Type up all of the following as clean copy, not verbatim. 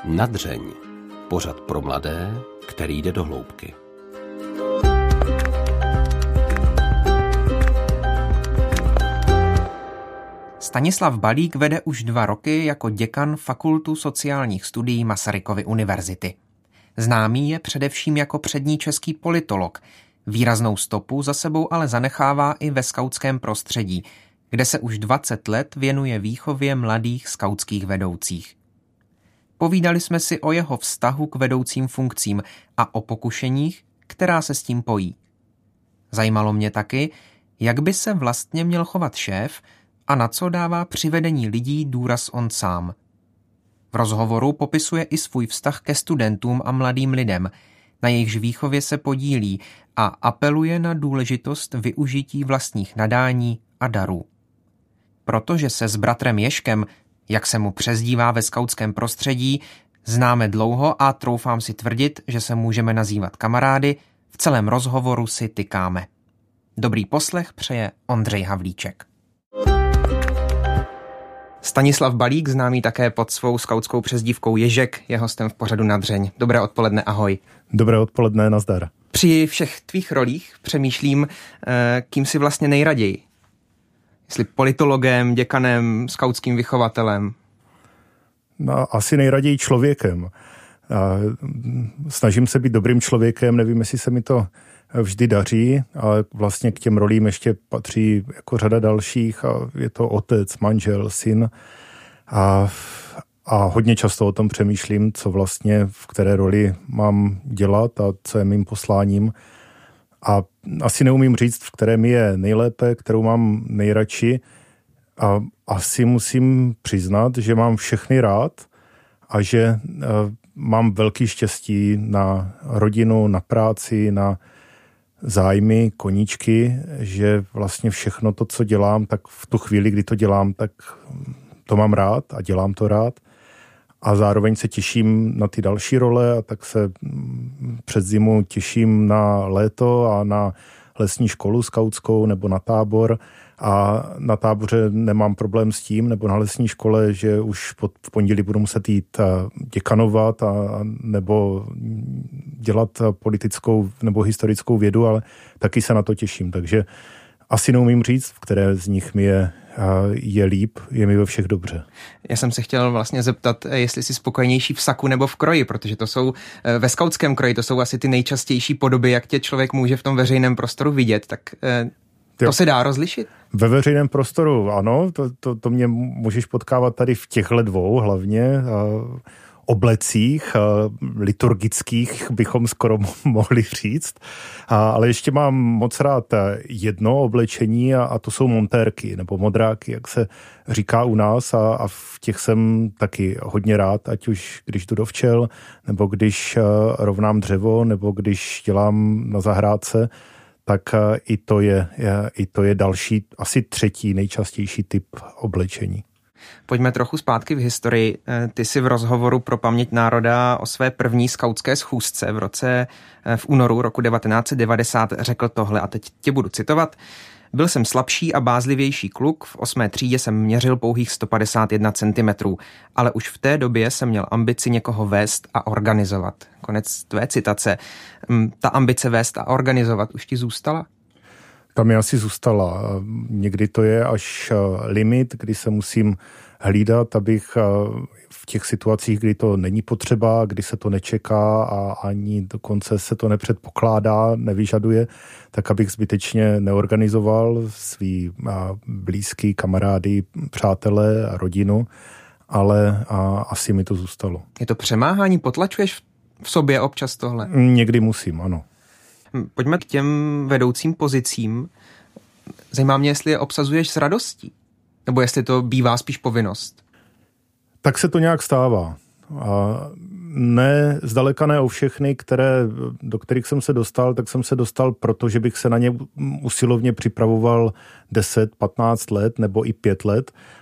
Nadřeň. Pořad pro mladé, který jde do hloubky. Stanislav Balík vede už 2 roky jako děkan Fakultu sociálních studií Masarykovy univerzity. Známý je především jako přední český politolog. Výraznou stopu za sebou ale zanechává i ve skautském prostředí, kde se už 20 let věnuje výchově mladých skautských vedoucích. Povídali jsme si o jeho vztahu k vedoucím funkcím a o pokušeních, která se s tím pojí. Zajímalo mě taky, jak by se vlastně měl chovat šéf a na co dává při vedení lidí důraz on sám. V rozhovoru popisuje i svůj vztah ke studentům a mladým lidem, na jejichž výchově se podílí a apeluje na důležitost využití vlastních nadání a darů. Protože se s bratrem Ježkem, jak se mu přezdívá ve skautském prostředí, známe dlouho a troufám si tvrdit, že se můžeme nazývat kamarády, v celém rozhovoru si tykáme. Dobrý poslech přeje Ondřej Havlíček. Stanislav Balík, známý také pod svou skautskou přezdívkou Ježek, je hostem v pořadu Nadřeň. Dobré odpoledne, ahoj. Dobré odpoledne, nazdar. Při všech tvých rolích přemýšlím, kým si vlastně nejraději. Jestli politologem, děkanem, skautským vychovatelem. No, asi nejraději člověkem. Snažím se být dobrým člověkem, nevím, jestli se mi to vždy daří, ale vlastně k těm rolím ještě patří jako řada dalších a je to otec, manžel, syn a hodně často o tom přemýšlím, co vlastně v které roli mám dělat a co je mým posláním. A asi neumím říct, v které mi je nejlépe, kterou mám nejradši. A asi musím přiznat, že mám všechny rád a že mám velký štěstí na rodinu, na práci, na zájmy, koníčky, že vlastně všechno to, co dělám, tak v tu chvíli, kdy to dělám, tak to mám rád a dělám to rád. A zároveň se těším na ty další role a tak se před zimu těším na léto a na lesní školu skautskou nebo na tábor. A na táboře nemám problém s tím, nebo na lesní škole, že už v pondělí budu muset jít děkanovat nebo dělat politickou nebo historickou vědu, ale taky se na to těším. Takže asi neumím říct, v které z nich mi je líp, je mi ve všech dobře. Já jsem se chtěl vlastně zeptat, jestli jsi spokojenější v saku nebo v kroji, protože to jsou ve skautském kroji, to jsou asi ty nejčastější podoby, jak tě člověk může v tom veřejném prostoru vidět, tak to se dá rozlišit? Ve veřejném prostoru, ano, to mě můžeš potkávat tady v těchto 2 hlavně oblecích, liturgických bychom skoro mohli říct, ale ještě mám moc rád jedno oblečení a to jsou montérky nebo modráky, jak se říká u nás a v těch jsem taky hodně rád, ať už když jdu do včel, nebo když rovnám dřevo, nebo když dělám na zahrádce, tak i to je další, asi 3. nejčastější typ oblečení. Pojďme trochu zpátky v historii. Ty si v rozhovoru pro Paměť národa o své první skautské schůzce v únoru roku 1990 řekl tohle a teď tě budu citovat. Byl jsem slabší a bázlivější kluk, v 8. třídě jsem měřil pouhých 151 cm, ale už v té době jsem měl ambici někoho vést a organizovat. Konec tvé citace. Ta ambice vést a organizovat už ti zůstala? Tam je asi zůstala. Někdy to je až limit, kdy se musím hlídat, abych v těch situacích, kdy to není potřeba, kdy se to nečeká a ani dokonce se to nepředpokládá, nevyžaduje, tak abych zbytečně neorganizoval svý blízký kamarády, přátelé a rodinu, ale asi mi to zůstalo. Je to přemáhání? Potlačuješ v sobě občas tohle? Někdy musím, ano. Pojďme k těm vedoucím pozicím. Zajímá mě, jestli je obsazuješ s radostí, nebo jestli to bývá spíš povinnost. Tak se to nějak stává. Ne, zdaleka ne o všechny, do kterých jsem se dostal, tak jsem se dostal, protože bych se na ně usilovně připravoval 10, 15 let nebo i 5 let,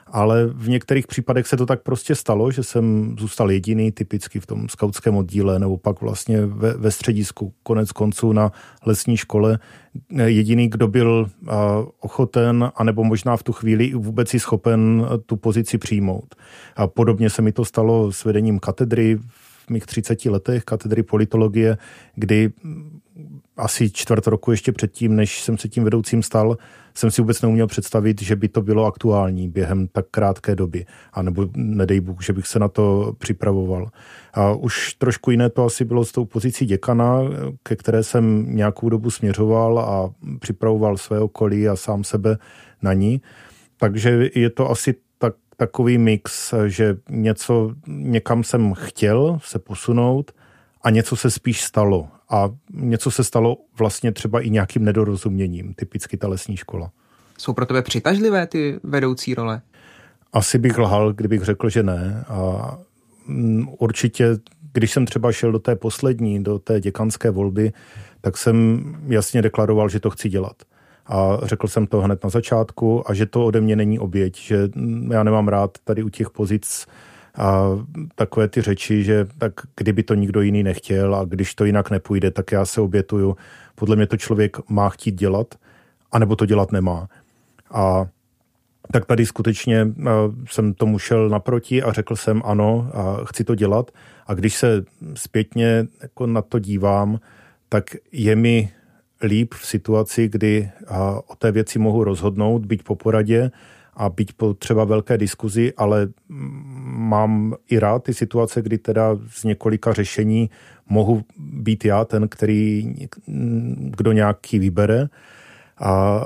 ale v některých případech se to tak prostě stalo, že jsem zůstal jediný, typicky v tom skautském oddíle, nebo pak vlastně ve středisku, konec konců na lesní škole, jediný, kdo byl ochoten, anebo možná v tu chvíli vůbec si schopen tu pozici přijmout. A podobně se mi to stalo s vedením katedry v mých 30 letech, katedry politologie, kdy asi čtvrt roku ještě předtím, než jsem se tím vedoucím stal, jsem si vůbec neuměl představit, že by to bylo aktuální během tak krátké doby. A nebo nedej Bůh, že bych se na to připravoval. A už trošku jiné to asi bylo s tou pozicí děkana, ke které jsem nějakou dobu směřoval a připravoval své okolí a sám sebe na ní. Takže je to asi takový mix, že někam jsem chtěl se posunout a něco se spíš stalo. A něco se stalo vlastně třeba i nějakým nedorozuměním, typicky ta lesní škola. Jsou pro tebe přitažlivé ty vedoucí role? Asi bych lhal, kdybych řekl, že ne. A určitě, když jsem třeba šel do té poslední, do té děkanské volby, tak jsem jasně deklaroval, že to chci dělat. A řekl jsem to hned na začátku a že to ode mě není oběť, že já nemám rád tady u těch pozic a takové ty řeči, že tak kdyby to nikdo jiný nechtěl a když to jinak nepůjde, tak já se obětuju. Podle mě to člověk má chtít dělat, anebo to dělat nemá. A tak tady skutečně jsem tomu šel naproti a řekl jsem ano, a chci to dělat. A když se zpětně jako na to dívám, tak je mi líp v situaci, kdy o té věci mohu rozhodnout, byť po poradě a byť po třeba velké diskuzi, ale mám i rád ty situace, kdy teda z několika řešení mohu být já ten, kdo nějaký vybere. A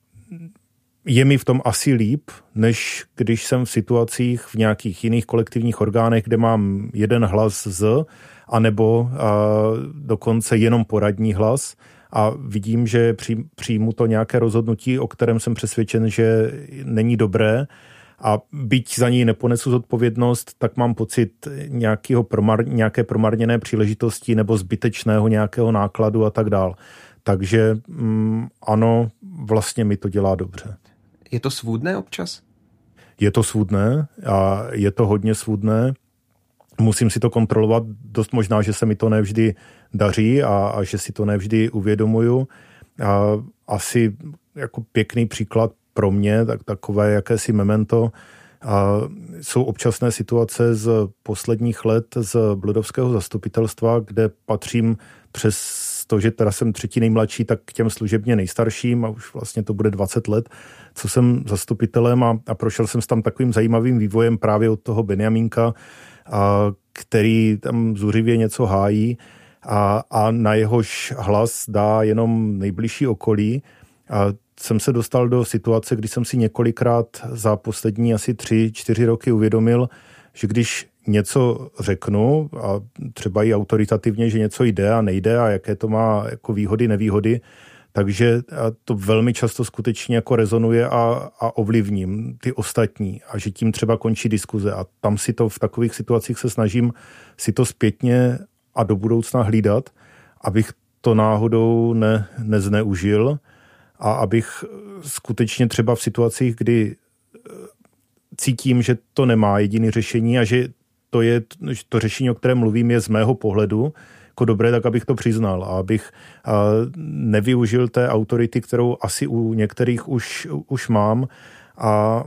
je mi v tom asi líp, než když jsem v situacích v nějakých jiných kolektivních orgánech, kde mám jeden hlas anebo dokonce jenom poradní hlas a vidím, že přijmu to nějaké rozhodnutí, o kterém jsem přesvědčen, že není dobré a byť za něj neponesu zodpovědnost, tak mám pocit nějaké promarněné příležitosti nebo zbytečného nějakého nákladu a tak dál. Takže ano, vlastně mi to dělá dobře. Je to svůdné občas? Je to svůdné a je to hodně svůdné. Musím si to kontrolovat, dost možná, že se mi to nevždy daří a že si to nevždy uvědomuju. A asi jako pěkný příklad pro mě, takové jakési memento, jsou občasné situace z posledních let z bludovského zastupitelstva, kde patřím přes to, že teda jsem třetí nejmladší, tak k těm služebně nejstarším a už vlastně to bude 20 let, co jsem zastupitelem a prošel jsem tam takovým zajímavým vývojem právě od toho Benjamínka, který tam zuřivě něco hájí a na jehož hlas dá jenom nejbližší okolí. A jsem se dostal do situace, kdy jsem si několikrát za poslední asi 3-4 roky uvědomil, že když něco řeknu a třeba i autoritativně, že něco jde a nejde a jaké to má jako výhody, nevýhody, takže to velmi často skutečně jako rezonuje a ovlivním ty ostatní a že tím třeba končí diskuze a tam si to v takových situacích se snažím si to zpětně a do budoucna hlídat, abych to náhodou nezneužil a abych skutečně třeba v situacích, kdy cítím, že to nemá jediné řešení a že to řešení, o kterém mluvím, je z mého pohledu jako dobré, tak abych to přiznal a abych nevyužil té autority, kterou asi u některých už mám a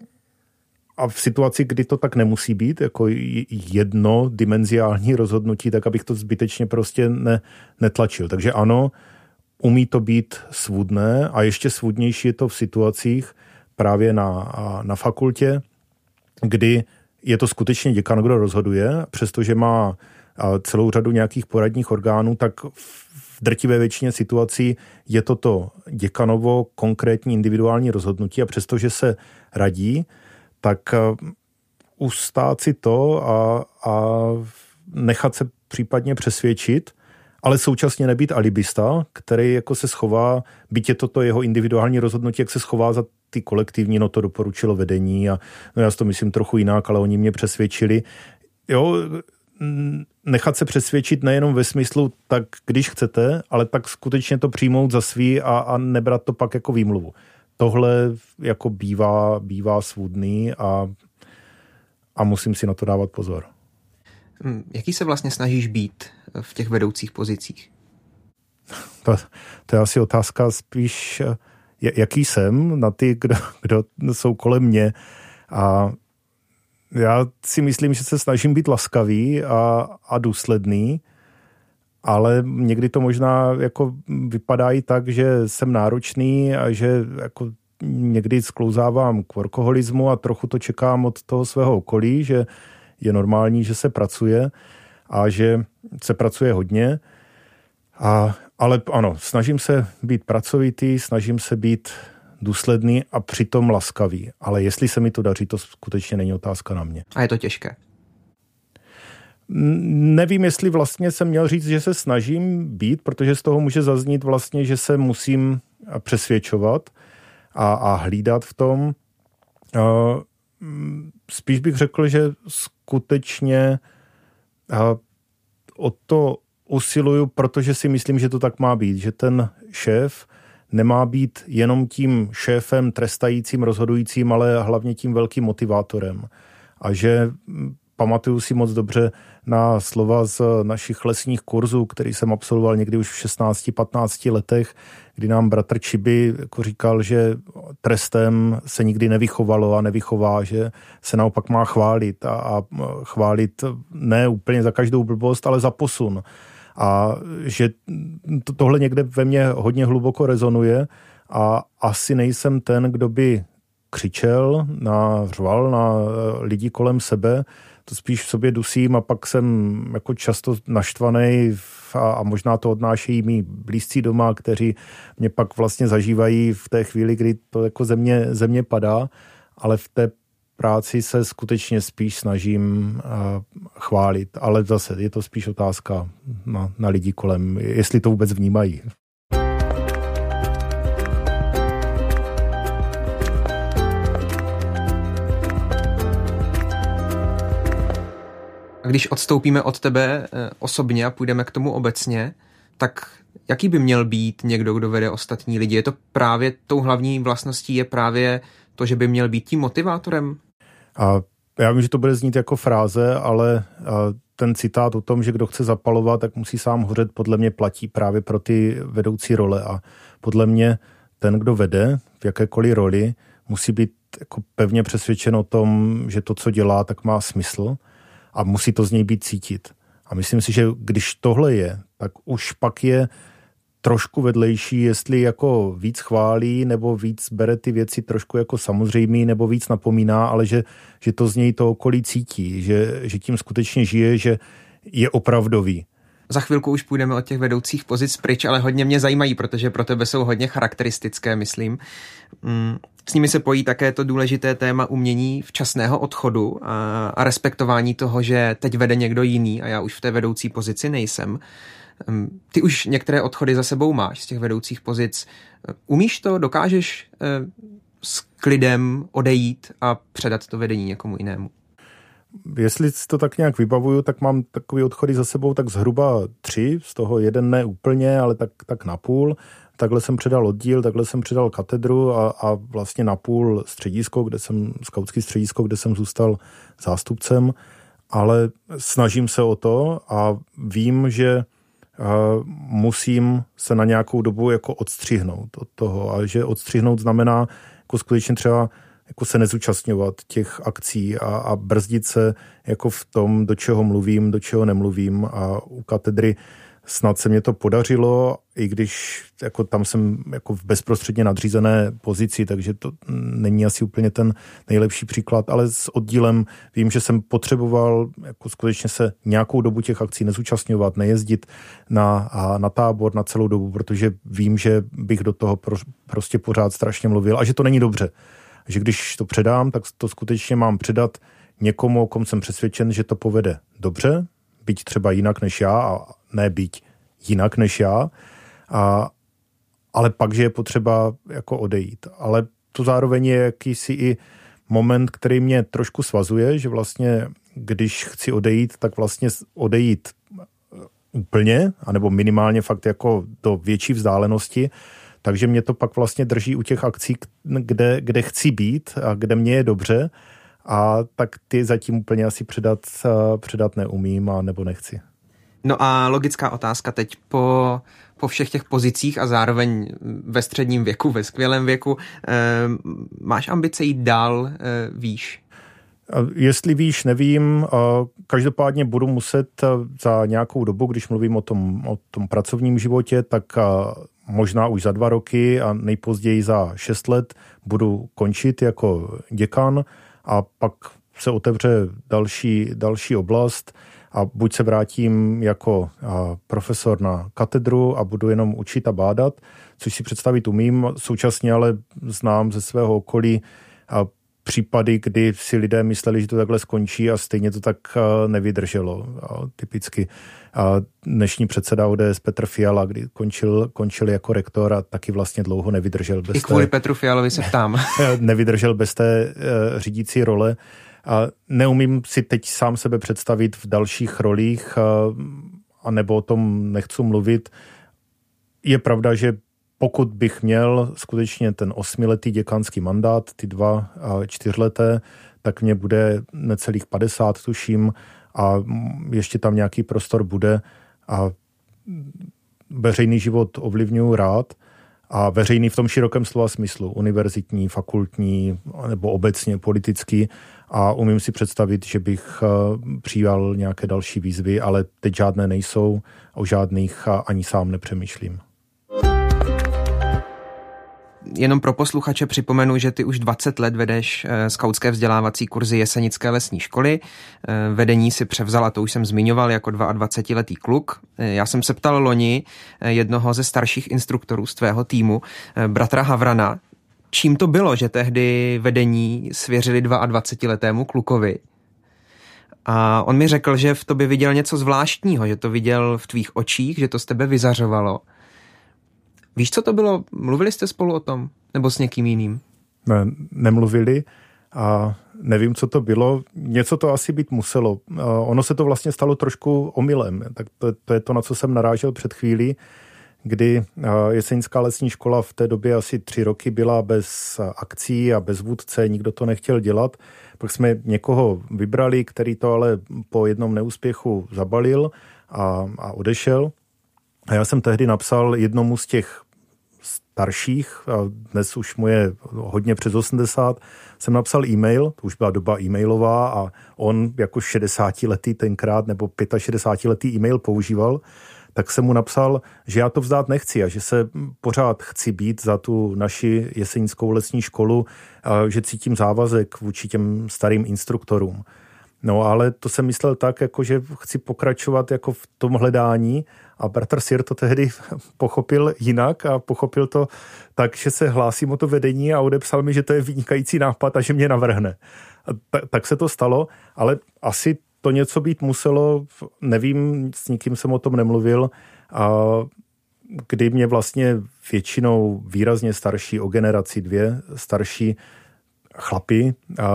v situaci, kdy to tak nemusí být, jako jednodimenziální rozhodnutí, tak abych to zbytečně prostě netlačil. Takže ano, umí to být svůdné a ještě svůdnější je to v situacích právě na fakultě, kdy je to skutečně děkan, kdo rozhoduje, přestože má celou řadu nějakých poradních orgánů, tak v drtivé většině situací je toto děkanovo konkrétní individuální rozhodnutí a přestože se radí, tak ustát si to a nechat se případně přesvědčit, ale současně nebýt alibista, který jako se schová, byť je toto jeho individuální rozhodnutí, jak se schová za ty kolektivní, no to doporučilo vedení a no já si to myslím trochu jinak, ale oni mě přesvědčili. Jo, nechat se přesvědčit nejenom ve smyslu, tak když chcete, ale tak skutečně to přijmout za svý a nebrat to pak jako výmluvu. tohle jako bývá svůdný a musím si na to dávat pozor. Jaký se vlastně snažíš být v těch vedoucích pozicích? To je asi otázka spíš, jaký jsem na ty, kdo jsou kolem mě. A já si myslím, že se snažím být laskavý a důsledný, ale někdy to možná jako vypadá i tak, že jsem náročný a že jako někdy sklouzávám k workoholismu a trochu to čekám od toho svého okolí, že je normální, že se pracuje a že se pracuje hodně. Ale ano, snažím se být pracovitý, snažím se být důsledný a přitom laskavý. Ale jestli se mi to daří, to skutečně není otázka na mě. A je to těžké? Nevím, jestli vlastně jsem měl říct, že se snažím být, protože z toho může zaznít vlastně, že se musím přesvědčovat a hlídat v tom. Spíš bych řekl, že skutečně o to usiluju, protože si myslím, že to tak má být, že ten šéf nemá být jenom tím šéfem trestajícím, rozhodujícím, ale hlavně tím velkým motivátorem. A že pamatuju si moc dobře na slova z našich lesních kurzů, který jsem absolvoval někdy už v 16-15 letech, kdy nám bratr Čiby jako říkal, že trestem se nikdy nevychovalo a nevychová, že se naopak má chválit a chválit ne úplně za každou blbost, ale za posun. A že tohle někde ve mně hodně hluboko rezonuje a asi nejsem ten, kdo by křičel, řval na lidi kolem sebe, to spíš v sobě dusím a pak jsem jako často naštvaný a možná to odnášejí mý blízcí doma, kteří mě pak vlastně zažívají v té chvíli, kdy to jako ze mě padá, ale v té práci se skutečně spíš snažím chválit, ale zase je to spíš otázka na lidi kolem, jestli to vůbec vnímají. A když odstoupíme od tebe osobně a půjdeme k tomu obecně, tak jaký by měl být někdo, kdo vede ostatní lidi? Je to právě tou hlavní vlastností, je právě to, že by měl být tím motivátorem? A já vím, že to bude znít jako fráze, ale ten citát o tom, že kdo chce zapalovat, tak musí sám hořet, podle mě platí právě pro ty vedoucí role. A podle mě ten, kdo vede v jakékoliv roli, musí být jako pevně přesvědčen o tom, že to, co dělá, tak má smysl a musí to z něj být cítit. A myslím si, že když tohle je, tak už pak je trošku vedlejší, jestli jako víc chválí nebo víc bere ty věci trošku jako samozřejmý nebo víc napomíná, ale že to z něj to okolí cítí, že tím skutečně žije, že je opravdový. Za chvilku už půjdeme od těch vedoucích pozic pryč, ale hodně mě zajímají, protože pro tebe jsou hodně charakteristické, myslím. S nimi se pojí také to důležité téma umění včasného odchodu a respektování toho, že teď vede někdo jiný a já už v té vedoucí pozici nejsem. Ty už některé odchody za sebou máš z těch vedoucích pozic. Umíš to? Dokážeš s klidem odejít a předat to vedení někomu jinému? Jestli si to tak nějak vybavuju, tak mám takový odchody za sebou tak zhruba 3, z toho jeden ne úplně, ale tak napůl. Takhle jsem předal oddíl, takhle jsem předal katedru a vlastně napůl středisko, skautský středisko, kde jsem zůstal zástupcem, ale snažím se o to a vím, že musím se na nějakou dobu jako odstřihnout od toho a že odstřihnout znamená jako skutečně třeba jako se nezúčastňovat těch akcí a brzdit se jako v tom, do čeho mluvím, do čeho nemluvím a u katedry snad se mě to podařilo, i když jako tam jsem jako v bezprostředně nadřízené pozici, takže to není asi úplně ten nejlepší příklad, ale s oddílem vím, že jsem potřeboval jako skutečně se nějakou dobu těch akcí nezúčastňovat, nejezdit na tábor na celou dobu, protože vím, že bych do toho prostě pořád strašně mluvil a že to není dobře. Že když to předám, tak to skutečně mám předat někomu, o kom jsem přesvědčen, že to povede dobře, byť třeba jinak než já a ne byť jinak než já, ale pak, že je potřeba jako odejít. Ale to zároveň je jakýsi i moment, který mě trošku svazuje, že vlastně, když chci odejít, tak vlastně odejít úplně, anebo minimálně fakt jako do větší vzdálenosti, Takže mě to pak vlastně drží u těch akcí, kde chci být a kde mě je dobře, a tak ty zatím úplně asi předat neumím a nebo nechci. No a logická otázka teď po všech těch pozicích a zároveň ve středním věku, ve skvělém věku, máš ambice jít dál výš? Jestli víš, nevím. Každopádně budu muset za nějakou dobu, když mluvím o tom pracovním životě, tak možná už za 2 roky a nejpozději za 6 let budu končit jako děkan a pak se otevře další oblast a buď se vrátím jako profesor na katedru a budu jenom učit a bádat, což si představit umím. Současně ale znám ze svého okolí případy, kdy si lidé mysleli, že to takhle skončí a stejně to tak nevydrželo. Typicky dnešní předseda ODS Petr Fiala, kdy končil jako rektor a taky vlastně dlouho nevydržel. I kvůli Petru Fialovi se ptám. Nevydržel bez té řídící role. Neumím si teď sám sebe představit v dalších rolích, anebo o tom nechci mluvit. Je pravda, že pokud bych měl skutečně ten 8letý děkanský mandát, ty 2 4leté, tak mě bude necelých 50, tuším, a ještě tam nějaký prostor bude a veřejný život ovlivňuji rád a veřejný v tom širokém slova smyslu, univerzitní, fakultní nebo obecně politický, a umím si představit, že bych přijímal nějaké další výzvy, ale teď žádné nejsou, o žádných ani sám nepřemýšlím. Jenom pro posluchače připomenu, že ty už 20 let vedeš skautské vzdělávací kurzy Jesenické lesní školy. Vedení si převzal, a to už jsem zmiňoval, jako 22letý kluk. Já jsem se ptal loni jednoho ze starších instruktorů z tvého týmu, bratra Havrana, čím to bylo, že tehdy vedení svěřili 22letému klukovi. A on mi řekl, že v tobě viděl něco zvláštního, že to viděl v tvých očích, že to z tebe vyzařovalo. Víš, co to bylo? Mluvili jste spolu o tom? Nebo s někým jiným? Ne, nemluvili a nevím, co to bylo. Něco to asi být muselo. Ono se to vlastně stalo trošku omylem. Tak to je to, na co jsem narážel před chvílí, kdy Jesenická lesní škola v té době asi 3 roky byla bez akcí a bez vůdce, nikdo to nechtěl dělat. Pak jsme někoho vybrali, který to ale po jednom neúspěchu zabalil a odešel. A já jsem tehdy napsal jednomu z těch starších, a dnes už mu je hodně přes 80, jsem napsal e-mail, to už byla doba e-mailová a on jako 60letý tenkrát nebo 65letý e-mail používal, tak jsem mu napsal, že já to vzdát nechci a že se pořád chci být za tu naši Jesenickou lesní školu, a že cítím závazek vůči těm starým instruktorům. No ale to jsem myslel tak, jako že chci pokračovat jako v tom hledání, a bratr Sir to tehdy pochopil jinak a pochopil to tak, že se hlásím o to vedení a odepsal mi, že to je vynikající nápad a že mě navrhne. Tak se to stalo, ale asi to něco být muselo, nevím, s nikým jsem o tom nemluvil, a kdy mě vlastně většinou výrazně starší, o generaci 2 starší chlapi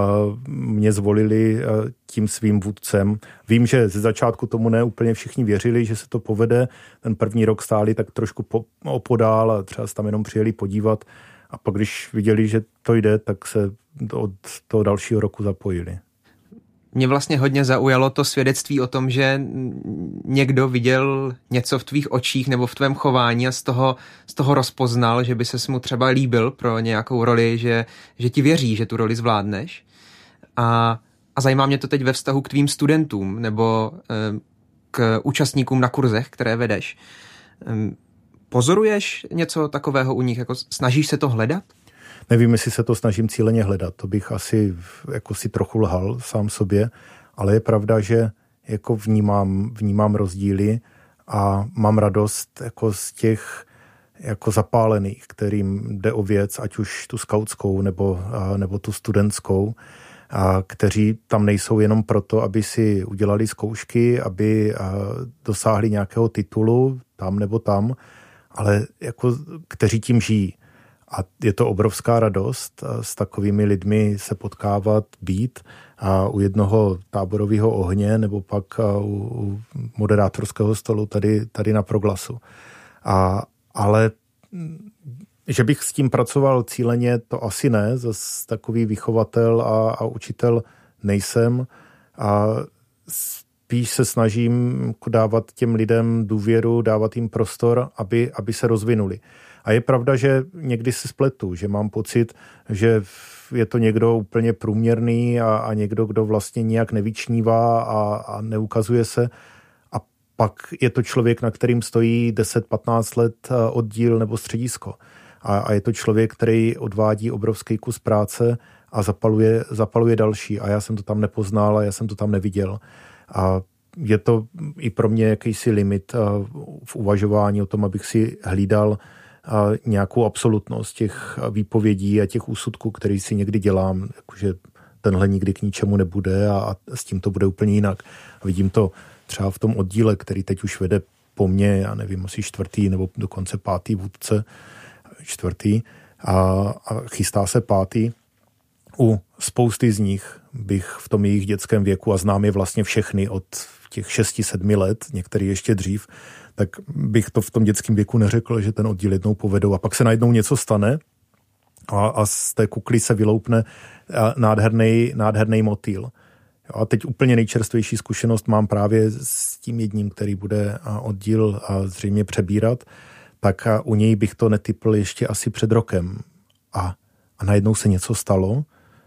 mě zvolili tím svým vůdcem. Vím, že ze začátku tomu ne úplně všichni věřili, že se to povede. Ten první rok stáli tak trošku opodál a třeba se tam jenom přijeli podívat. A pak, když viděli, že to jde, tak se od toho dalšího roku zapojili. Mě vlastně hodně zaujalo to svědectví o tom, že někdo viděl něco v tvých očích nebo v tvém chování a z toho rozpoznal, že by ses mu třeba líbil pro nějakou roli, že ti věří, že tu roli zvládneš. A zajímá mě to teď ve vztahu k tvým studentům nebo k účastníkům na kurzech, které vedeš. Pozoruješ něco takového u nich? Jako snažíš se to hledat? Nevím, jestli se to snažím cíleně hledat. To bych asi jako si trochu lhal sám sobě, ale je pravda, že jako vnímám rozdíly a mám radost jako z těch jako zapálených, kterým jde o věc, ať už tu skautskou nebo tu studentskou, a kteří tam nejsou jenom proto, aby si udělali zkoušky, aby dosáhli nějakého titulu tam nebo tam, ale jako kteří tím žijí. A je to obrovská radost s takovými lidmi se potkávat, být a u jednoho táborového ohně nebo pak u moderátorského stolu tady na Proglasu. Ale Že bych s tím pracoval cíleně, to asi ne. Zas takový vychovatel a učitel nejsem. A spíš se snažím dávat těm lidem důvěru, dávat jim prostor, aby se rozvinuli. A je pravda, že někdy se spletu, že mám pocit, že je to někdo úplně průměrný a někdo, kdo vlastně nijak nevyčnívá a neukazuje se. A pak je to člověk, na kterým stojí 10-15 let oddíl nebo středisko. A je to člověk, který odvádí obrovský kus práce a zapaluje další. A já jsem to tam nepoznal a já jsem to tam neviděl. A je to i pro mě jakýsi limit v uvažování o tom, abych si hlídal nějakou absolutnost těch výpovědí a těch úsudků, který si někdy dělám, jakože tenhle nikdy k ničemu nebude a s tím to bude úplně jinak. A vidím to třeba v tom oddíle, který teď už vede po mně, já nevím, asi 4. nebo dokonce 5. vůdce, 4. a chystá se 5. U spousty z nich bych v tom jejich dětském věku, a znám je vlastně všechny od těch 6-7 let, některý ještě dřív, tak bych to v tom dětském věku neřekl, že ten oddíl jednou povedou. A pak se najednou něco stane a z té kukly se vyloupne nádherný motýl. A teď úplně nejčerstvější zkušenost mám právě s tím jedním, který bude oddíl zřejmě přebírat, tak u něj bych to netypl ještě asi před rokem. A najednou se něco stalo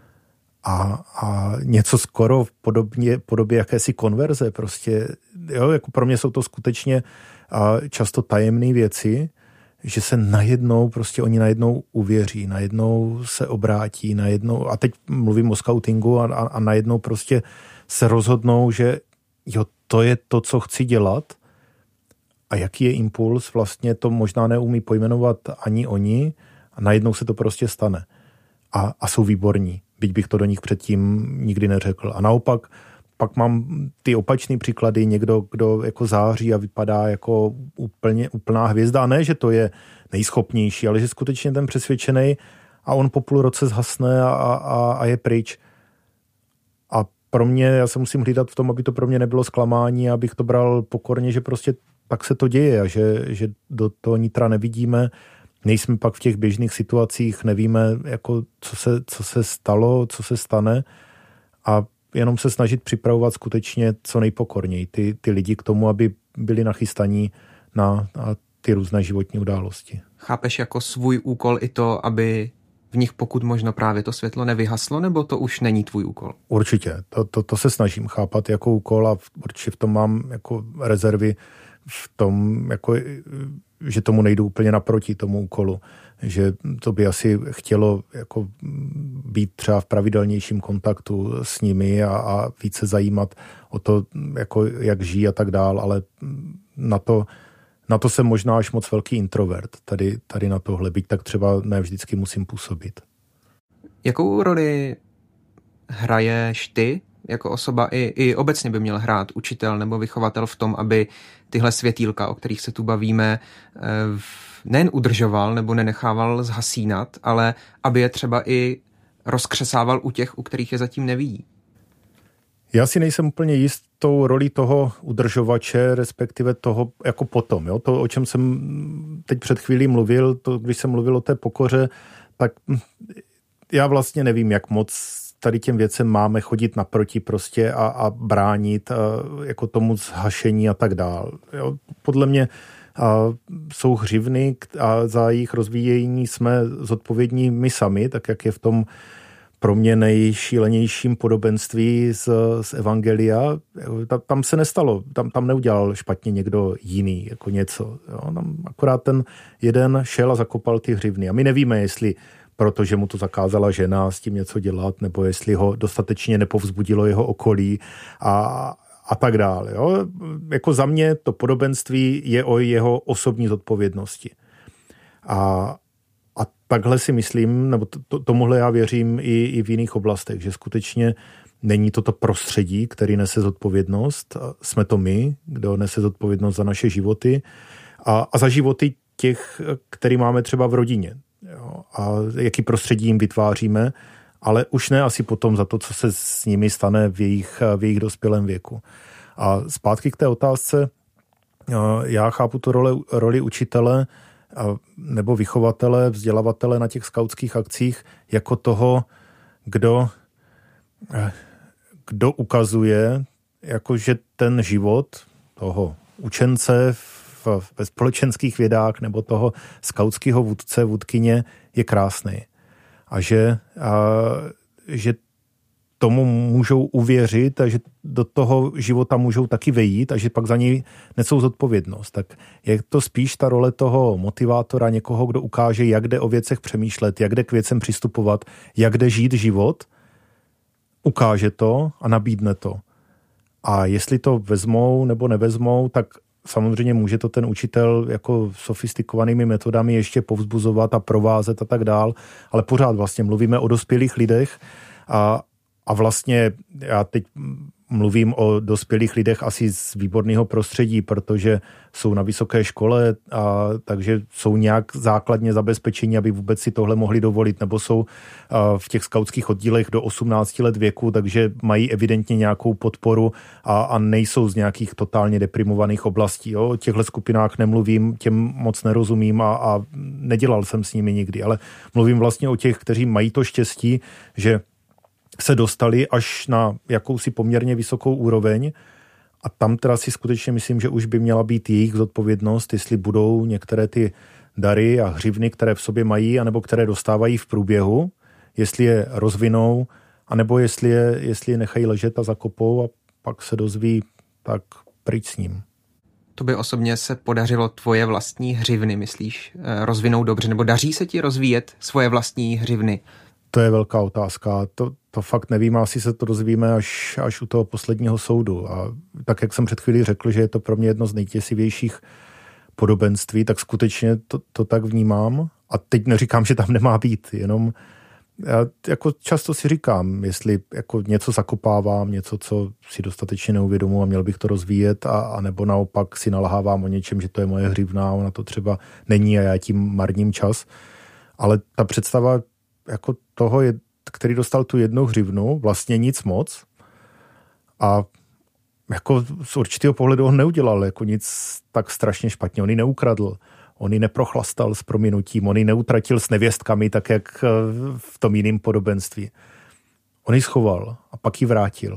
a něco skoro v podobě jakési konverze. Prostě, jo, jako pro mě jsou to skutečně často tajemné věci, že se oni najednou uvěří, najednou se obrátí, najednou, a teď mluvím o skautingu a najednou prostě se rozhodnou, že jo, to je to, co chci dělat. A jaký je impuls, vlastně to možná neumí pojmenovat ani oni a najednou se to prostě stane. A jsou výborní, byť bych to do nich předtím nikdy neřekl. A naopak pak mám ty opačný příklady, někdo, kdo jako září a vypadá jako úplná hvězda. A ne, že to je nejschopnější, ale že skutečně ten přesvědčený a on po půl roce zhasne a je pryč. A pro mě, já se musím hlídat v tom, aby to pro mě nebylo zklamání, abych to bral pokorně, že prostě tak se to děje a že do toho nitra nevidíme. Nejsme pak v těch běžných situacích, nevíme, jako, co se stalo, co se stane a jenom se snažit připravovat skutečně co nejpokorněji ty lidi k tomu, aby byli nachystaní na ty různé životní události. Chápeš jako svůj úkol i to, aby v nich pokud možno právě to světlo nevyhaslo, nebo to už není tvůj úkol? Určitě, to se snažím chápat jako úkol a určitě v tom mám jako rezervy v tom, jako, že tomu nejdu úplně naproti tomu úkolu, že to by asi chtělo jako být třeba v pravidelnějším kontaktu s nimi a více zajímat o to, jako, jak žijí a tak dál, ale na to jsem možná až moc velký introvert, tady na tohle, byť tak třeba ne vždycky musím působit. Jakou roli hraješ ty jako osoba, i obecně by měl hrát učitel nebo vychovatel v tom, aby tyhle světýlka, o kterých se tu bavíme, nejen udržoval nebo nenechával zhasínat, ale aby je třeba i rozkřesával u těch, u kterých je zatím nevidí? Já si nejsem úplně jist tou roli toho udržovače, respektive toho jako potom. Jo? To, o čem jsem teď před chvílí mluvil, když jsem mluvil o té pokoře, tak já vlastně nevím, jak moc tady těm věcem máme chodit naproti prostě a bránit jako tomu zhašení a tak dál. Jo? Podle mě jsou hřivny a za jejich rozvíjení jsme zodpovědní my sami, tak jak je v tom pro mě nejšílenějším podobenství z Evangelia. Tam se nestalo, tam neudělal špatně někdo jiný, jako něco. Jo? Tam akorát ten jeden šel a zakopal ty hřivny. A my nevíme, jestli protože mu to zakázala žena s tím něco dělat, nebo jestli ho dostatečně nepovzbudilo jeho okolí a tak dále. Jo? Jako za mě to podobenství je o jeho osobní zodpovědnosti. A takhle si myslím, nebo tomuhle já věřím i v jiných oblastech, že skutečně není toto prostředí, který nese zodpovědnost. Jsme to my, kdo nese zodpovědnost za naše životy a za životy těch, který máme třeba v rodině. Jo? A jaký prostředí jim vytváříme, ale už ne asi potom za to, co se s nimi stane v jejich dospělém věku. A zpátky k té otázce, já chápu tu roli učitele nebo vychovatele, vzdělavatele na těch skautských akcích jako toho, kdo ukazuje, jakože ten život toho učence ve společenských vědách nebo toho skautského vůdce, vůdkyně je krásný. A že tomu můžou uvěřit a že do toho života můžou taky vejít a že pak za něj nesou zodpovědnost. Tak je to spíš ta role toho motivátora, někoho, kdo ukáže, jak jde o věcech přemýšlet, jak jde k věcem přistupovat, jak jde žít život, ukáže to a nabídne to. A jestli to vezmou nebo nevezmou, tak samozřejmě může to ten učitel jako sofistikovanými metodami ještě povzbuzovat a provázet a tak dál, ale pořád vlastně mluvíme o dospělých lidech a vlastně já teď mluvím o dospělých lidech asi z výborného prostředí, protože jsou na vysoké škole, takže jsou nějak základně zabezpečení, aby vůbec si tohle mohli dovolit, nebo jsou v těch skautských oddílech do 18 let věku, takže mají evidentně nějakou podporu a nejsou z nějakých totálně deprimovaných oblastí. Jo? O těchto skupinách nemluvím, těm moc nerozumím a nedělal jsem s nimi nikdy, ale mluvím vlastně o těch, kteří mají to štěstí, že se dostali až na jakousi poměrně vysokou úroveň a tam teda si skutečně myslím, že už by měla být jejich zodpovědnost, jestli budou některé ty dary a hřivny, které v sobě mají, anebo které dostávají v průběhu, jestli je rozvinou, anebo jestli je nechají ležet a zakopou a pak se dozví, tak pryč s ním. To by osobně se podařilo tvoje vlastní hřivny, myslíš, rozvinout dobře, nebo daří se ti rozvíjet svoje vlastní hřivny? To je velká otázka. To fakt nevím, asi se to dozvíme až u toho posledního soudu. A tak, jak jsem před chvílí řekl, že je to pro mě jedno z nejtěsivějších podobenství, tak skutečně to tak vnímám. A teď neříkám, že tam nemá být, jenom já jako často si říkám, jestli jako něco zakopávám, něco, co si dostatečně neuvědomuji a měl bych to rozvíjet, a nebo naopak si nalhávám o něčem, že to je moje hřivna, ona to třeba není a já tím marním čas. Ale ta představa jako toho, který dostal tu jednu hřivnu, vlastně nic moc a jako z určitého pohledu on neudělal jako nic tak strašně špatně. On ji neukradl, on ji neprochlastal s prominutím, on ji neutratil s nevěstkami, tak jak v tom jiném podobenství. On ji schoval a pak ji vrátil.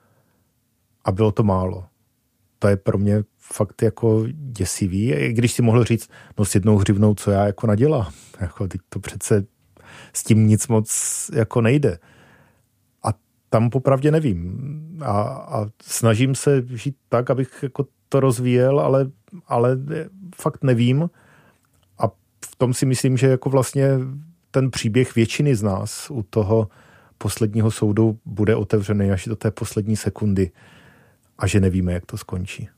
A bylo to málo. To je pro mě fakt jako děsivý. I když si mohl říct, no s jednou hřivnou, co já jako nadělám. Jako teď to přece s tím nic moc jako nejde. A tam popravdě nevím. A snažím se žít tak, abych jako to rozvíjel, ale fakt nevím. A v tom si myslím, že jako vlastně ten příběh většiny z nás u toho posledního soudu bude otevřený až do té poslední sekundy a že nevíme, jak to skončí.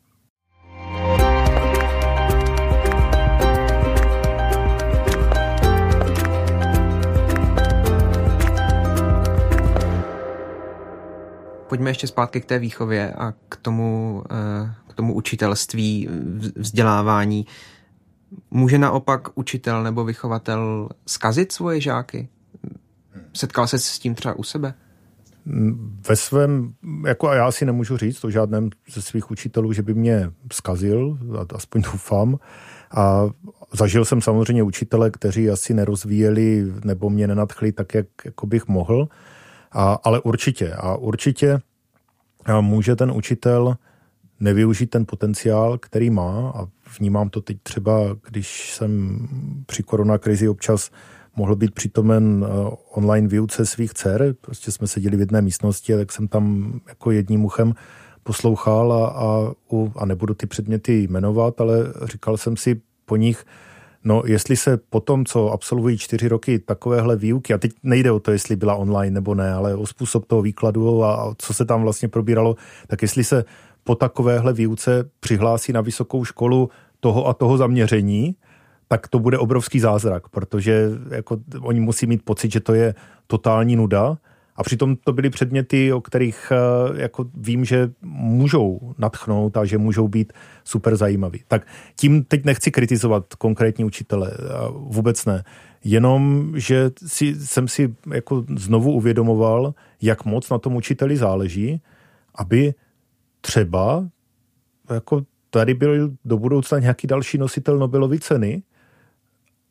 Pojďme ještě zpátky k té výchově a k tomu učitelství, vzdělávání. Může naopak učitel nebo vychovatel zkazit svoje žáky? Setkal se s tím třeba u sebe? Ve svém, jako a já si nemůžu říct o žádném ze svých učitelů, že by mě zkazil, aspoň doufám. A zažil jsem samozřejmě učitele, kteří asi nerozvíjeli nebo mě nenadchli tak, jak jako bych mohl. Ale určitě může ten učitel nevyužít ten potenciál, který má, a vnímám to teď třeba, když jsem při koronakrizi občas mohl být přítomen online výuce svých dcer, prostě jsme seděli v jedné místnosti, tak jsem tam jako jedním uchem poslouchal a nebudu ty předměty jmenovat, ale říkal jsem si po nich, no, jestli se potom, co absolvují 4 roky takovéhle výuky, a teď nejde o to, jestli byla online nebo ne, ale o způsob toho výkladu a co se tam vlastně probíralo, tak jestli se po takovéhle výuce přihlásí na vysokou školu toho a toho zaměření, tak to bude obrovský zázrak, protože jako oni musí mít pocit, že to je totální nuda. A přitom to byly předměty, o kterých jako vím, že můžou nadchnout a že můžou být super zajímavý. Tak tím teď nechci kritizovat konkrétní učitele, vůbec ne. Jenom, že jsem si jako znovu uvědomoval, jak moc na tom učiteli záleží, aby třeba jako tady byl do budoucna nějaký další nositel Nobelovy ceny,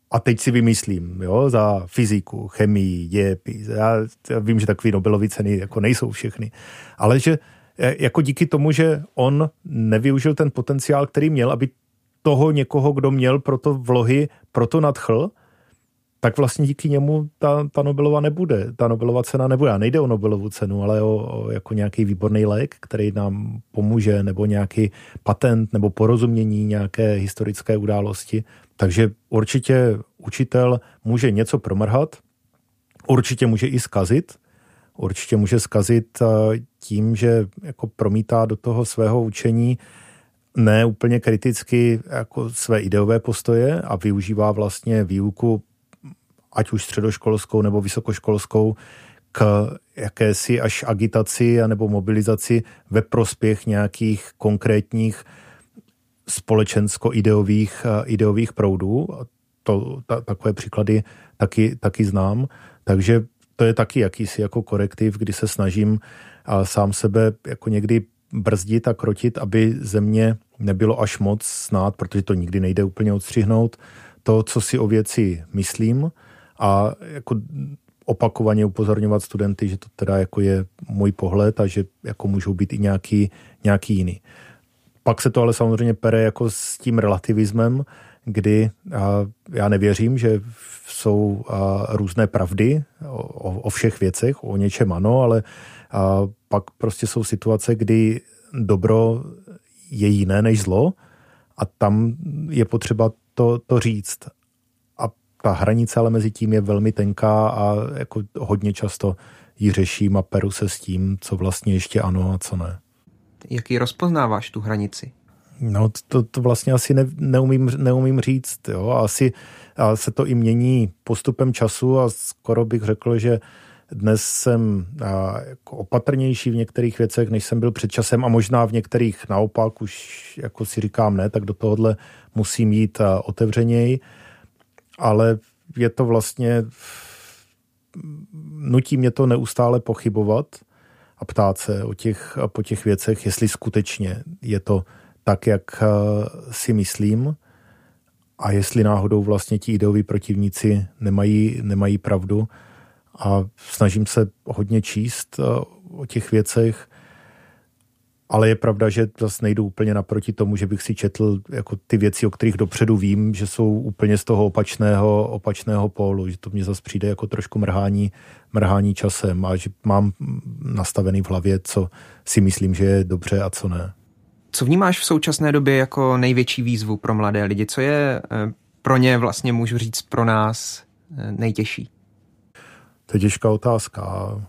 a teď si vymyslím, jo, za fyziku, chemii, dějepis. Já vím, že takový Nobelovy ceny jako nejsou všechny, ale že jako díky tomu, že on nevyužil ten potenciál, který měl, aby toho někoho, kdo měl proto vlohy, proto nadchl, tak vlastně díky němu ta Nobelova nebude. Ta Nobelova cena nebude. A nejde o Nobelovu cenu, ale o jako nějaký výborný lék, který nám pomůže, nebo nějaký patent, nebo porozumění nějaké historické události. Takže určitě učitel může něco promrhat, určitě může i zkazit. Určitě může zkazit tím, že jako promítá do toho svého učení ne úplně kriticky jako své ideové postoje a využívá vlastně výuku ať už středoškolskou nebo vysokoškolskou k jakési až agitaci anebo mobilizaci ve prospěch nějakých konkrétních společensko-ideových proudů. Takové příklady taky znám. Takže to je taky jakýsi jako korektiv, kdy se snažím sám sebe jako někdy brzdit a krotit, aby ze mě nebylo až moc znát, protože to nikdy nejde úplně odstřihnout, to, co si o věci myslím, a jako opakovaně upozorňovat studenty, že to teda jako je můj pohled a že jako můžou být i nějaký jiný. Pak se to ale samozřejmě pere jako s tím relativismem, kdy já nevěřím, že jsou různé pravdy o všech věcech, o něčem ano, ale pak prostě jsou situace, kdy dobro je jiné než zlo a tam je potřeba to říct. A ta hranice ale mezi tím je velmi tenká a jako hodně často ji řeším a peru se s tím, co vlastně ještě ano a co ne. Jaký rozpoznáváš tu hranici? No to vlastně asi neumím říct. Jo? Asi se to i mění postupem času a skoro bych řekl, že dnes jsem jako opatrnější v některých věcech, než jsem byl před časem a možná v některých naopak už jako si říkám ne, tak do tohohle musím jít otevřeněji, ale je to vlastně, nutí mě to neustále pochybovat a ptát se po těch věcech, jestli skutečně je to tak, jak si myslím a jestli náhodou vlastně ti ideoví protivníci nemají pravdu. A snažím se hodně číst o těch věcech, ale je pravda, že zase nejdu úplně naproti tomu, že bych si četl jako ty věci, o kterých dopředu vím, že jsou úplně z toho opačného pólu, že to mě zase přijde jako trošku mrhání časem a že mám nastavený v hlavě, co si myslím, že je dobře a co ne. Co vnímáš v současné době jako největší výzvu pro mladé lidi? Co je pro ně vlastně, můžu říct, pro nás nejtěžší? To je těžká otázka,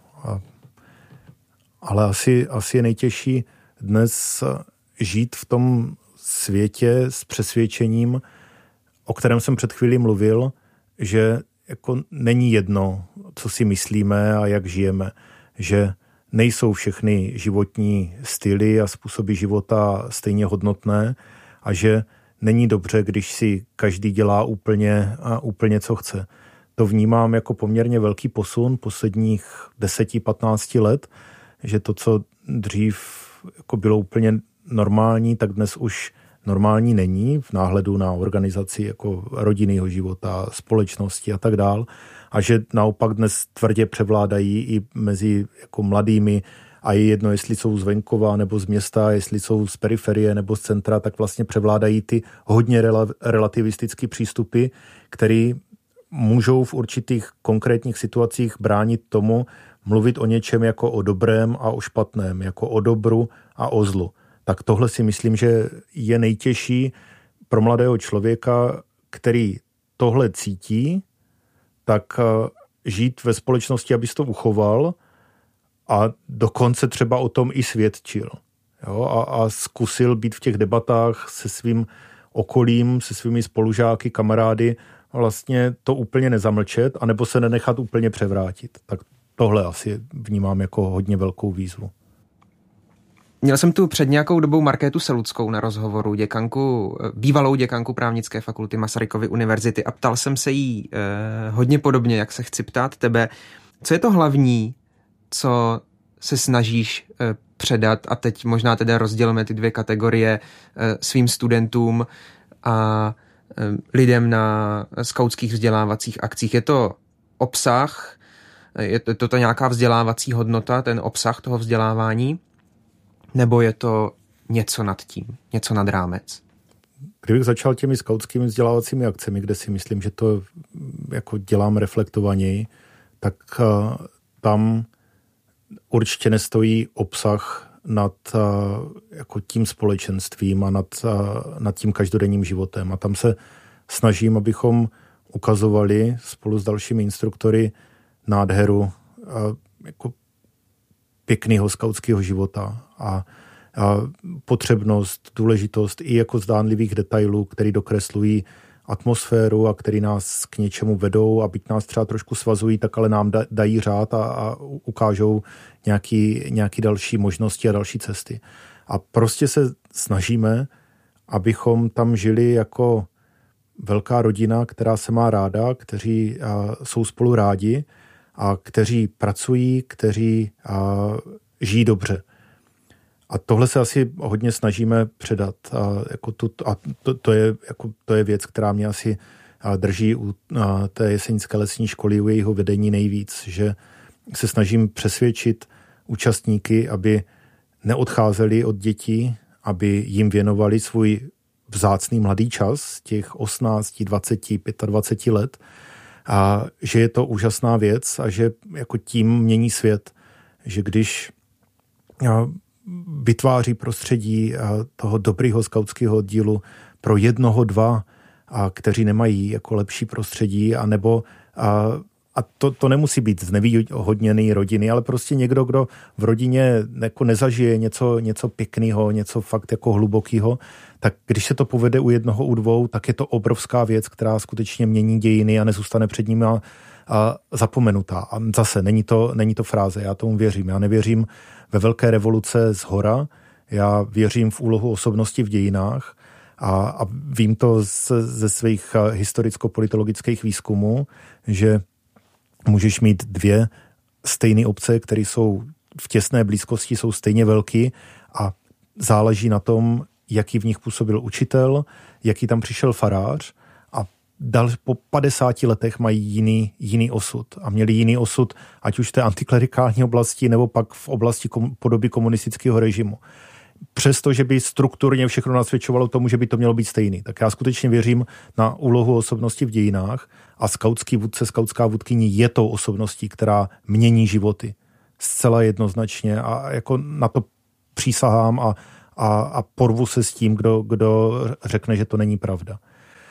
ale asi je nejtěžší dnes žít v tom světě s přesvědčením, o kterém jsem před chvílí mluvil, že jako není jedno, co si myslíme a jak žijeme, že nejsou všechny životní styly a způsoby života stejně hodnotné a že není dobře, když si každý dělá úplně co chce. To vnímám jako poměrně velký posun posledních 10-15 let, že to, co dřív jako bylo úplně normální, tak dnes už normální není v náhledu na organizaci jako rodinného života, společnosti a tak dál. A že naopak dnes tvrdě převládají i mezi jako mladými a je jedno, jestli jsou z venkova nebo z města, jestli jsou z periferie nebo z centra, tak vlastně převládají ty hodně relativistické přístupy, které můžou v určitých konkrétních situacích bránit tomu mluvit o něčem jako o dobrém a o špatném, jako o dobru a o zlu. Tak tohle si myslím, že je nejtěžší pro mladého člověka, který tohle cítí, tak žít ve společnosti, aby to uchoval a dokonce třeba o tom i svědčil. Jo? A zkusil být v těch debatách se svým okolím, se svými spolužáky, kamarády, vlastně to úplně nezamlčet, anebo se nenechat úplně převrátit. Tak tohle asi vnímám jako hodně velkou výzvu. Měl jsem tu před nějakou dobou Markétu Seluckou na rozhovoru, bývalou děkanku právnické fakulty Masarykovy univerzity a ptal jsem se jí hodně podobně, jak se chci ptát tebe. Co je to hlavní, co se snažíš předat a teď možná teda rozdělíme ty dvě kategorie svým studentům a lidem na skautských vzdělávacích akcích? Je to obsah, je to nějaká vzdělávací hodnota, ten obsah toho vzdělávání, nebo je to něco nad tím, něco nad rámec? Kdybych začal těmi skautskými vzdělávacími akcemi, kde si myslím, že to jako dělám reflektovaněji, tak tam určitě nestojí obsah nad jako tím společenstvím a nad tím každodenním životem. A tam se snažím, abychom ukazovali spolu s dalšími instruktory nádheru jako pěkného skautského života a potřebnost, důležitost i jako zdánlivých detailů, které dokreslují atmosféru a který nás k něčemu vedou a byť nás třeba trošku svazují, tak ale nám dají řád a ukážou nějaký další možnosti a další cesty. A prostě se snažíme, abychom tam žili jako velká rodina, která se má ráda, kteří jsou spolu rádi a kteří pracují, kteří žijí dobře. A tohle se asi hodně snažíme předat. To je věc, která mě asi drží u té jesenické lesní školy, u jejího vedení nejvíc, že se snažím přesvědčit účastníky, aby neodcházeli od dětí, aby jim věnovali svůj vzácný mladý čas, těch 18, 20, 25 let, a že je to úžasná věc a že jako tím mění svět, že když vytváří prostředí toho dobrýho skautského oddílu pro 1, 2, kteří nemají jako lepší prostředí, a to nemusí být znevýhodněný rodiny, ale prostě někdo, kdo v rodině jako nezažije něco pěkného, něco fakt jako hlubokého, tak když se to povede u 1, u 2, tak je to obrovská věc, která skutečně mění dějiny a nezůstane před nimi zapomenutá. A zase není to fráze, já tomu věřím. Já nevěřím ve velké revoluce zhora, já věřím v úlohu osobnosti v dějinách a vím to ze svých historicko-politologických výzkumů, že můžeš mít 2 stejné obce, které jsou v těsné blízkosti, jsou stejně velký a záleží na tom, jaký v nich působil učitel, jaký tam přišel farář a po 50 letech mají jiný osud. A měli jiný osud, ať už v té antiklerikální oblasti, nebo pak v oblasti podoby komunistického režimu. Přestože by strukturně všechno nasvědčovalo tomu, že by to mělo být stejný. Tak já skutečně věřím na úlohu osobnosti v dějinách a skautský vůdce, skautská vůdkyně je tou osobností, která mění životy. Zcela jednoznačně a jako na to přísahám a porvu se s tím, kdo řekne, že to není pravda.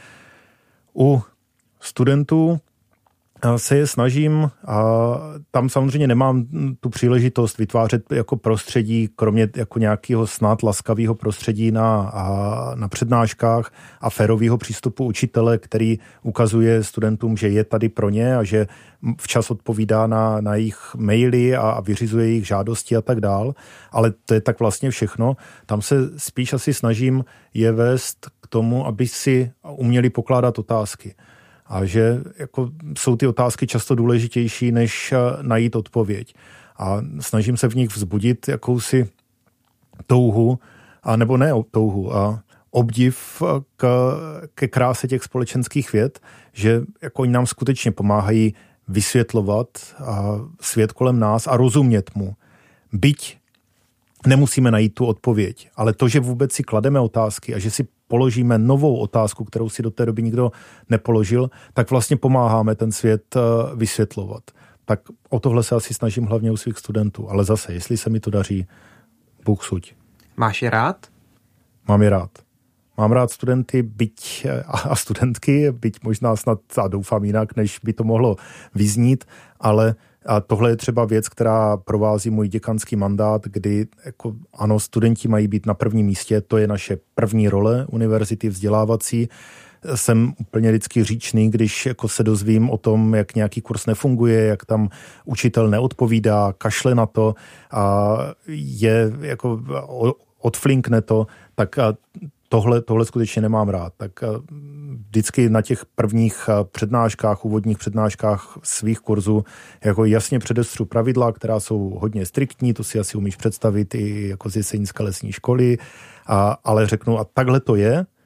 U studentů se je snažím a tam samozřejmě nemám tu příležitost vytvářet jako prostředí, kromě jako nějakého snad laskavého prostředí na přednáškách a férového přístupu učitele, který ukazuje studentům, že je tady pro ně a že včas odpovídá na jejich maily a vyřizuje jejich žádosti a tak dál. Ale to je tak vlastně všechno. Tam se spíš asi snažím je vést k tomu, aby si uměli pokládat otázky. A že jako jsou ty otázky často důležitější, než najít odpověď. A snažím se v nich vzbudit jakousi touhu, nebo ne touhu, a obdiv ke kráse těch společenských věd, že jako oni nám skutečně pomáhají vysvětlovat svět kolem nás a rozumět mu. Byť nemusíme najít tu odpověď, ale to, že vůbec si klademe otázky a že si položíme novou otázku, kterou si do té doby nikdo nepoložil, tak vlastně pomáháme ten svět vysvětlovat. Tak o tohle se asi snažím hlavně u svých studentů. Ale zase, jestli se mi to daří, Bůh suď. Máš je rád? Mám je rád. Mám rád studenty a studentky, byť možná snad a doufám jinak, než by to mohlo vyznít, ale a tohle je třeba věc, která provází můj děkanský mandát, kdy jako, ano, studenti mají být na prvním místě, to je naše první role univerzity vzdělávací. Jsem úplně vždycky říčný, když jako se dozvím o tom, jak nějaký kurz nefunguje, jak tam učitel neodpovídá, kašle na to a je jako odflinkne to, tak tohle skutečně nemám rád. Tak vždycky na těch prvních přednáškách, úvodních přednáškách svých kurzů jako jasně předestřu pravidla, která jsou hodně striktní, to si asi umíš představit i jako z jesenické lesní školy, ale řeknu, a takhle to je,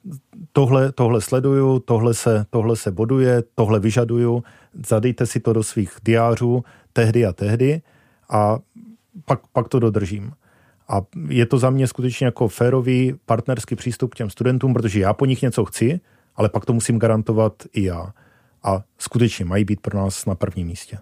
tohle sleduju, tohle se boduje, tohle vyžaduju, zadejte si to do svých diářů tehdy a tehdy a pak to dodržím. A je to za mě skutečně jako férový partnerský přístup k těm studentům, protože já po nich něco chci, ale pak to musím garantovat i já. A skutečně mají být pro nás na prvním místě.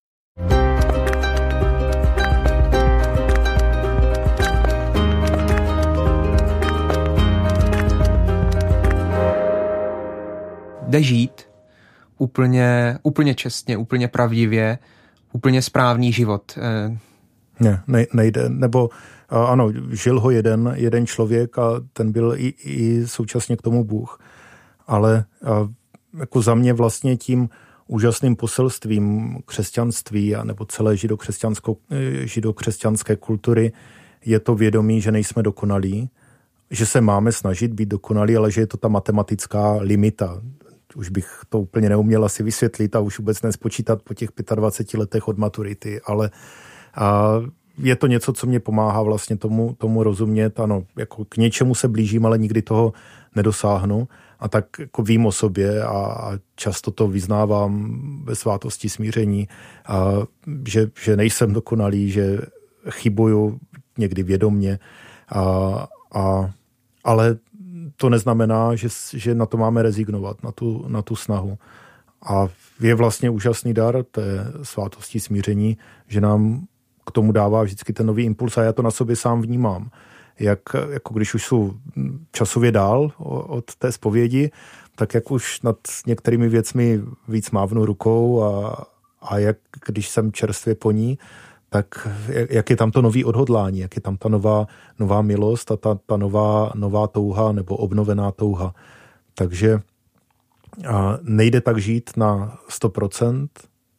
Jde žít úplně čestně, úplně pravdivě, úplně správný život. Nejde. Nebo ano, žil ho jeden člověk a ten byl i současně k tomu Bůh. Ale jako za mě vlastně tím úžasným poselstvím křesťanství a nebo celé židokřesťanské kultury je to vědomí, že nejsme dokonalí, že se máme snažit být dokonalí, ale že je to ta matematická limita. Už bych to úplně neuměl asi vysvětlit a už vůbec nespočítat po těch 25 letech od maturity, ale je to něco, co mě pomáhá vlastně tomu rozumět. Ano, jako k něčemu se blížím, ale nikdy toho nedosáhnu. A tak jako vím o sobě a často to vyznávám ve svátosti smíření, že nejsem dokonalý, že chybuju někdy vědomně, ale to neznamená, že na to máme rezignovat, na tu snahu. A je vlastně úžasný dar té svátosti smíření, že nám k tomu dává vždycky ten nový impuls a já to na sobě sám vnímám. Jako když už jsou časově dál od té zpovědi, tak jak už nad některými věcmi víc mávnu rukou a jak když jsem čerstvě po ní, tak jak je tam to nový odhodlání, jak je tam ta nová milost a ta nová touha nebo obnovená touha. Takže nejde tak žít na 100%.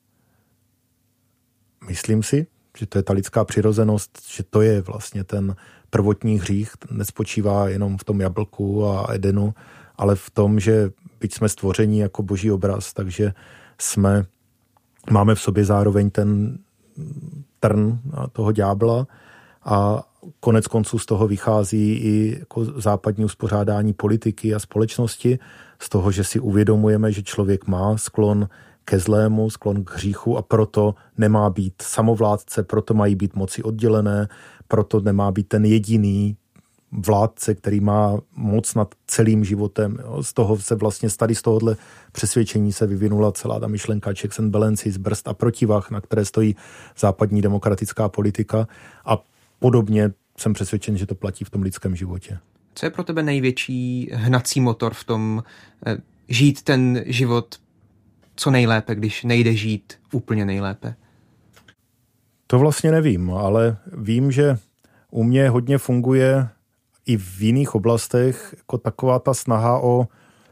Myslím si, že to je ta lidská přirozenost, že to je vlastně ten prvotní hřích, nespočívá jenom v tom jablku a Edenu, ale v tom, že byť jsme stvoření jako boží obraz, takže máme v sobě zároveň ten trn toho ďábla a konec konců z toho vychází i jako západní uspořádání politiky a společnosti, z toho, že si uvědomujeme, že člověk má sklon ke zlému, sklon k hříchu a proto nemá být samovládce, proto mají být moci oddělené, proto nemá být ten jediný vládce, který má moc nad celým životem. Z toho se vlastně z tohohle přesvědčení se vyvinula celá ta myšlenka checks and balances, brzd a protivah, na které stojí západní demokratická politika a podobně jsem přesvědčen, že to platí v tom lidském životě. Co je pro tebe největší hnací motor v tom žít ten život co nejlépe, když nejde žít úplně nejlépe? To vlastně nevím, ale vím, že u mě hodně funguje i v jiných oblastech jako taková ta snaha o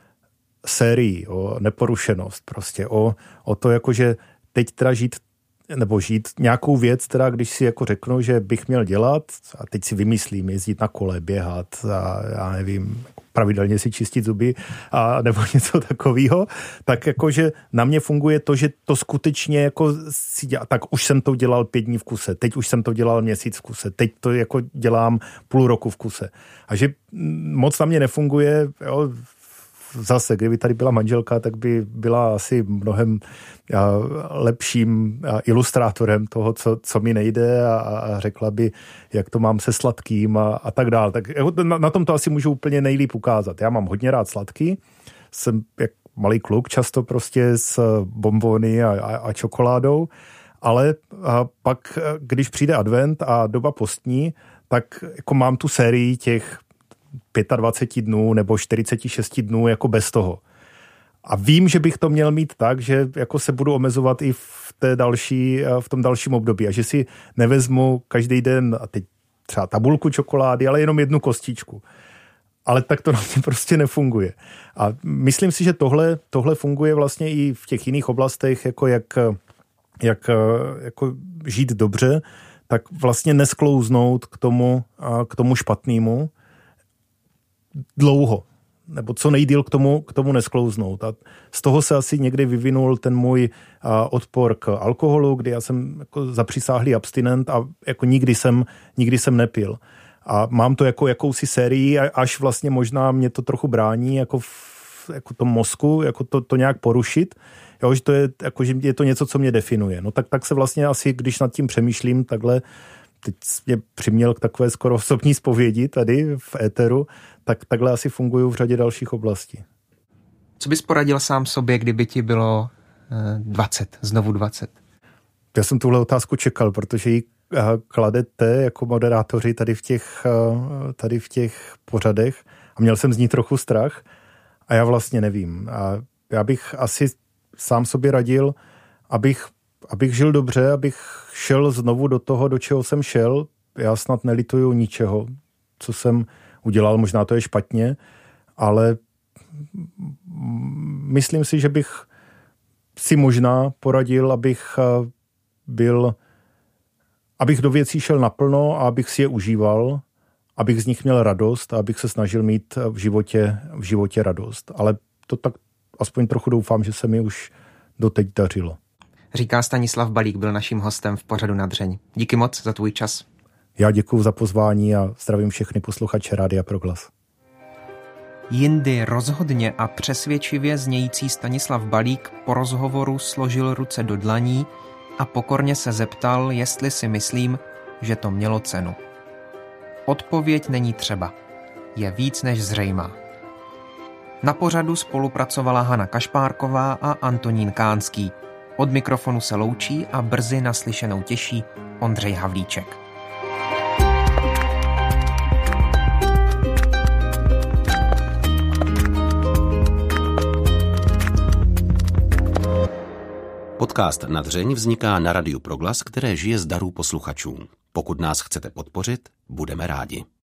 sérii, o neporušenost prostě, o to jakože teď teda žít nějakou věc, teda když si jako řeknu, že bych měl dělat a teď si vymyslím, jezdit na kole, běhat a já nevím, pravidelně si čistit zuby a nebo něco takového, tak jakože na mě funguje to, že to skutečně jako si dělá, tak už jsem to dělal 5 dní v kuse, teď už jsem to dělal měsíc v kuse, teď to jako dělám půl roku v kuse. A že moc na mě nefunguje, jo, zase, kdyby tady byla manželka, tak by byla asi mnohem lepším ilustrátorem toho, co mi nejde a řekla by, jak to mám se sladkým a tak dále. Tak na tom to asi můžu úplně nejlíp ukázat. Já mám hodně rád sladký, jsem jak malý kluk často prostě s bonbony a čokoládou, ale pak, když přijde advent a doba postní, tak jako mám tu sérii těch 25 dnů nebo 46 dnů jako bez toho. A vím, že bych to měl mít tak, že jako se budu omezovat i v tom dalším období a že si nevezmu každý den a teď třeba tabulku čokolády, ale jenom jednu kostičku. Ale tak to na mě prostě nefunguje. A myslím si, že tohle funguje vlastně i v těch jiných oblastech, jako jak žít dobře, tak vlastně nesklouznout k tomu špatnému dlouho, nebo co nejdýl k tomu nesklouznout. A z toho se asi někdy vyvinul ten můj odpor k alkoholu, kdy já jsem jako zapřisáhlý abstinent a jako nikdy jsem nepil. A mám to jako jakousi sérii, až vlastně možná mě to trochu brání jako tom mozku, jako to nějak porušit. Jo, že to je, jako, že je to něco, co mě definuje. No tak se vlastně asi, když nad tím přemýšlím takhle, teď mě přiměl k takové skoro osobní zpovědi tady v éteru, tak takhle asi fungují v řadě dalších oblastí. Co bys poradil sám sobě, kdyby ti bylo 20, znovu 20? Já jsem tuhle otázku čekal, protože ji kladete jako moderátoři tady v těch pořadech a měl jsem z ní trochu strach a já vlastně nevím. A já bych asi sám sobě radil, abych žil dobře, abych šel znovu do toho, do čeho jsem šel. Já snad nelituju ničeho, co jsem udělal, možná to je špatně, ale myslím si, že bych si možná poradil, abych do věcí šel naplno a abych si je užíval, abych z nich měl radost a abych se snažil mít v životě radost. Ale to tak aspoň trochu doufám, že se mi už doteď dařilo. Říká Stanislav Balík, byl naším hostem v pořadu Nadřeň. Díky moc za tvůj čas. Já děkuju za pozvání a zdravím všechny posluchače Rádia Proglas. Jindy rozhodně a přesvědčivě znějící Stanislav Balík po rozhovoru složil ruce do dlaní a pokorně se zeptal, jestli si myslím, že to mělo cenu. Odpověď není třeba. Je víc než zřejmá. Na pořadu spolupracovala Hana Kašpárková a Antonín Kánský. Od mikrofonu se loučí a brzy naslyšenou těší Ondřej Havlíček. Podcast Nadřeň vzniká na Radiu Proglas, které žije z darů posluchačů. Pokud nás chcete podpořit, budeme rádi.